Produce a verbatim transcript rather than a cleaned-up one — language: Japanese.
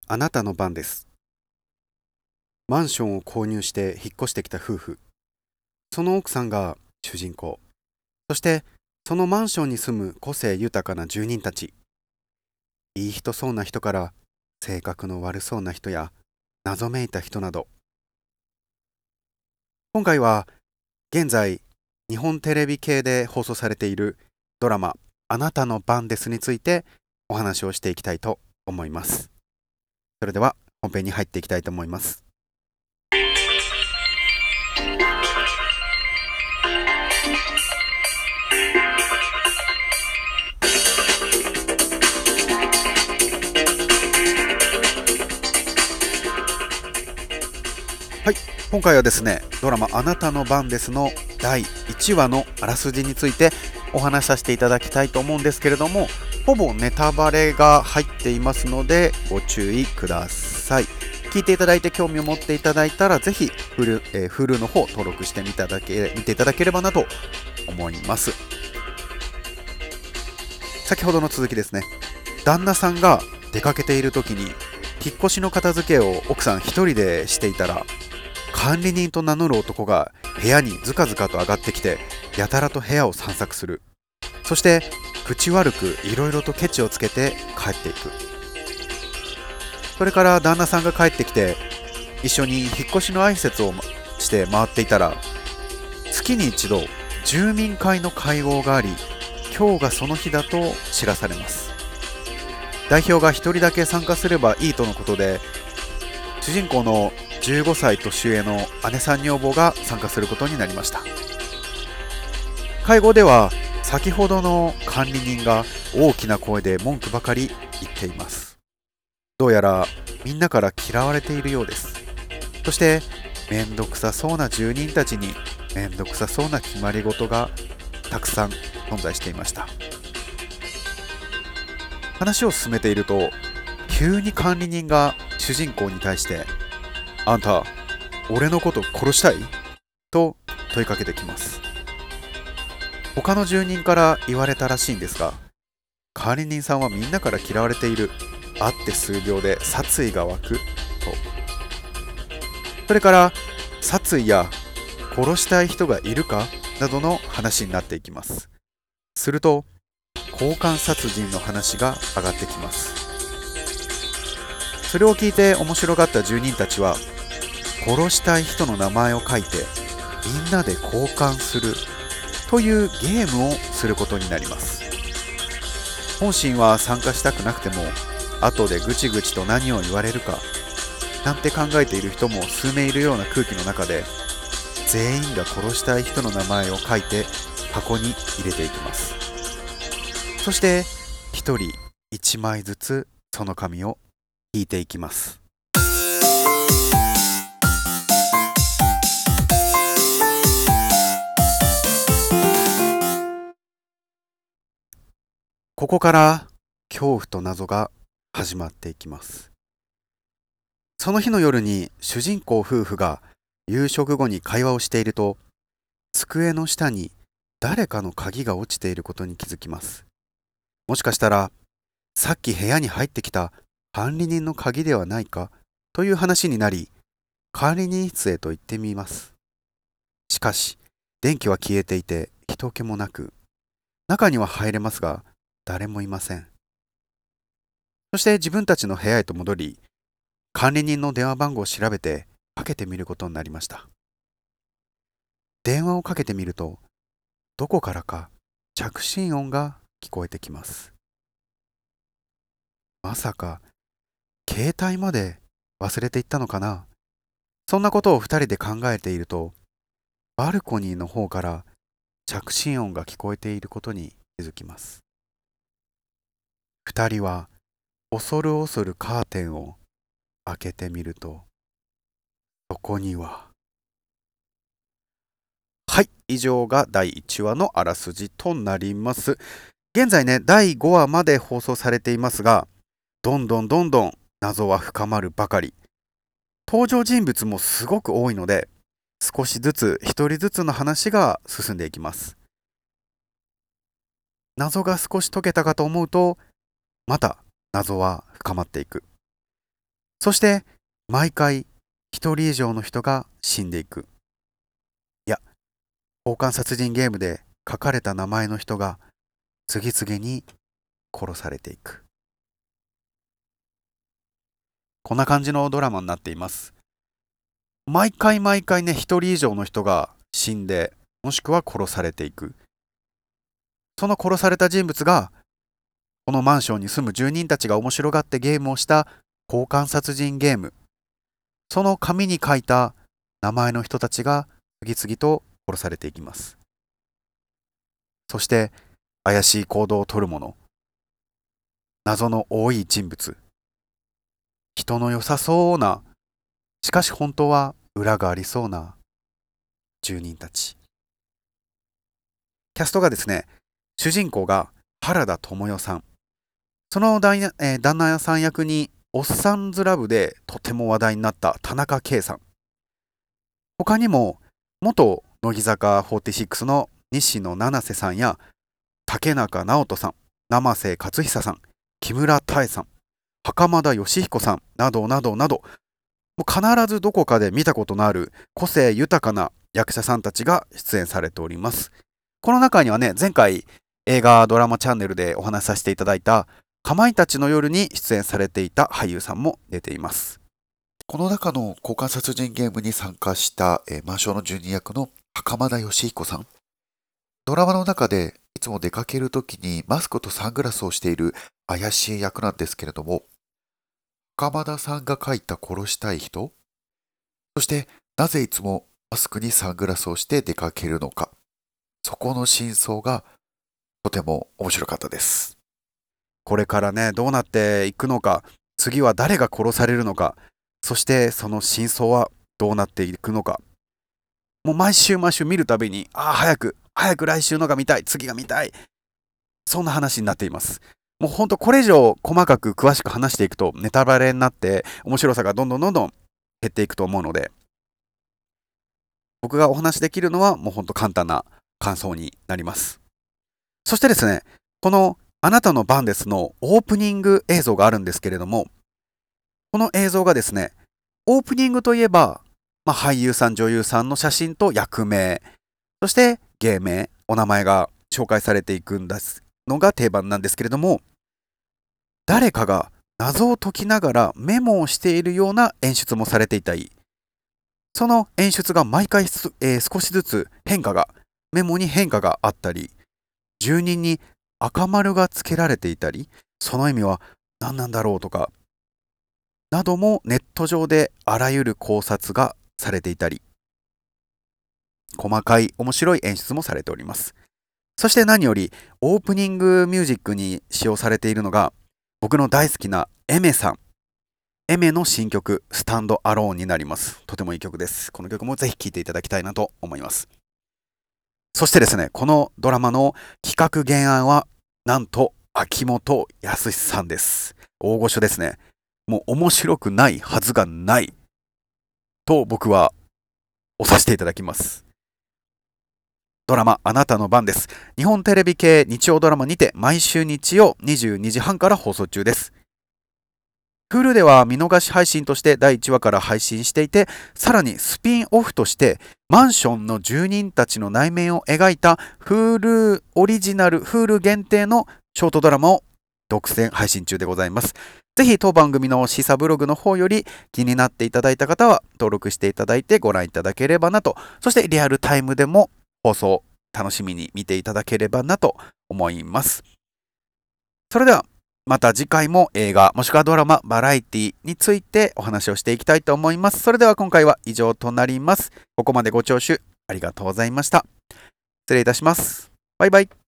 あなたの番です。マンションを購入して引っ越してきた夫婦。その奥さんが主人公。そしてそのマンションに住む個性豊かな住人たち。いい人そうな人から性格の悪そうな人や謎めいた人など。今回は現在日本テレビ系で放送されているドラマあなたの番ですについてお話をしていきたいと思います。それでは本編に入っていきたいと思います。はい、今回はですね、ドラマあなたの番ですのだいいちわのあらすじについてお話しさせていただきたいと思うんですけれども、ほぼネタバレが入っていますのでご注意ください。聞いていただいて興味を持っていただいたらぜひ Hulu、えー、Hulu の方登録してみただけ見ていただければなと思います。先ほどの続きですね。旦那さんが出かけている時に引っ越しの片付けを奥さん一人でしていたら、管理人と名乗る男が部屋にずかずかと上がってきて、やたらと部屋を散策する。そして口悪くいろいろとケチをつけて帰っていく。それから旦那さんが帰ってきて一緒に引っ越しの挨拶をして回っていたら、月に一度住民会の会合があり、今日がその日だと知らされます。代表が一人だけ参加すればいいとのことで、主人公のじゅうごさい年上の姉さん女房が参加することになりました。会合では先ほどの管理人が大きな声で文句ばかり言っています。どうやらみんなから嫌われているようです。そしてめんどくさそうな住人たちにめんどくさそうな決まり事がたくさん存在していました。話を進めていると、急に管理人が主人公に対して、あんた、俺のこと殺したいと問いかけてきます。他の住人から言われたらしいんですが、管理人さんはみんなから嫌われている。会って数秒で殺意が湧くと。それから殺意や殺したい人がいるかなどの話になっていきます。すると交換殺人の話が上がってきます。それを聞いて面白がった住人たちは、殺したい人の名前を書いてみんなで交換するというゲームをすることになります。本心は参加したくなくても、後でぐちぐちと何を言われるかなんて考えている人も数名いるような空気の中で、全員が殺したい人の名前を書いて箱に入れていきます。そしてひとりいちまいずつその紙を引いていきます。ここから恐怖と謎が始まっていきます。その日の夜に主人公夫婦が夕食後に会話をしていると、机の下に誰かの鍵が落ちていることに気づきます。もしかしたらさっき部屋に入ってきた管理人の鍵ではないかという話になり、管理人室へと行ってみます。しかし電気は消えていて人気もなく、中には入れますが誰もいません。そして自分たちの部屋へと戻り、管理人の電話番号を調べてかけてみることになりました。電話をかけてみると、どこからか着信音が聞こえてきます。まさか携帯まで忘れていったのかな。そんなことを二人で考えていると、バルコニーの方から着信音が聞こえていることに気づきます。二人は恐る恐るカーテンを開けてみると、そこには。はい、以上がだいいちわのあらすじとなります。現在ね、だいごわまで放送されていますが、どんどんどんどん謎は深まるばかり。登場人物もすごく多いので、少しずつ一人ずつの話が進んでいきます。謎が少し解けたかと思うと、また謎は深まっていく。 そして毎回一人以上の人が死んでいく。いや、交換殺人ゲームで書かれた名前の人が次々に殺されていく。こんな感じのドラマになっています。毎回毎回ね、一人以上の人が死んで、もしくは殺されていく。その殺された人物が、このマンションに住む住人たちが面白がってゲームをした交換殺人ゲーム。その紙に書いた名前の人たちが次々と殺されていきます。そして怪しい行動をとる者、謎の多い人物、人の良さそうな、しかし本当は裏がありそうな住人たち。キャストがですね、主人公が原田知世さん。その旦那、えー旦那さん役におっさんずラブでとても話題になった田中圭さん。他にも元乃木坂フォーティシックスの西野七瀬さんや竹中直人さん、生瀬勝久さん、木村多江さん、袴田義彦さんなどなどなど、もう必ずどこかで見たことのある個性豊かな役者さんたちが出演されております。この中にはね、前回映画ドラマチャンネルでお話しさせていただいたかまいたちの夜に出演されていた俳優さんも出ています。この中の交換殺人ゲームに参加した、えー、マンションの住人役の袴田義彦さん。ドラマの中でいつも出かけるときにマスクとサングラスをしている怪しい役なんですけれども、袴田さんが書いた殺したい人、そしてなぜいつもマスクにサングラスをして出かけるのか、そこの真相がとても面白かったです。これからね、どうなっていくのか、次は誰が殺されるのか、そしてその真相はどうなっていくのか。もう毎週毎週見るたびに、ああ、早く、早く来週のが見たい、次が見たい。そんな話になっています。もうほんとこれ以上細かく詳しく話していくとネタバレになって面白さがどんどんどんどん減っていくと思うので、僕がお話しできるのはもうほんと簡単な感想になります。そしてですね、このあなたの番ですのオープニング映像があるんですけれども、この映像がですね、オープニングといえば、まあ、俳優さん、女優さんの写真と役名、そして芸名、お名前が紹介されていくんですのが定番なんですけれども、誰かが謎を解きながらメモをしているような演出もされていたり、その演出が毎回、えー少しずつ変化が、メモに変化があったり、住人に赤丸がつけられていたり、その意味は何なんだろうとか、などもネット上であらゆる考察がされていたり、細かい面白い演出もされております。そして何よりオープニングミュージックに使用されているのが僕の大好きなエメさん。エメの新曲スタンドアローンになります。とてもいい曲です。この曲もぜひ聴いていただきたいなと思います。そしてですね、このドラマの企画原案はなんと秋元康さんです。大御所ですね。もう面白くないはずがないと僕は押させていただきます。ドラマあなたの番です。日本テレビ系日曜ドラマにて毎週日曜にじゅうにじはんから放送中です。Hulu では見逃し配信としてだいいちわから配信していて、さらにスピンオフとしてマンションの住人たちの内面を描いた Hulu オリジナル Hulu 限定のショートドラマを独占配信中でございます。ぜひ当番組のシサブログの方より気になっていただいた方は登録していただいてご覧いただければなと、そしてリアルタイムでも放送楽しみに見ていただければなと思います。それではまた次回も映画もしくはドラマ、バラエティについてお話をしていきたいと思います。それでは今回は以上となります。ここまでご聴取ありがとうございました。失礼いたします。バイバイ。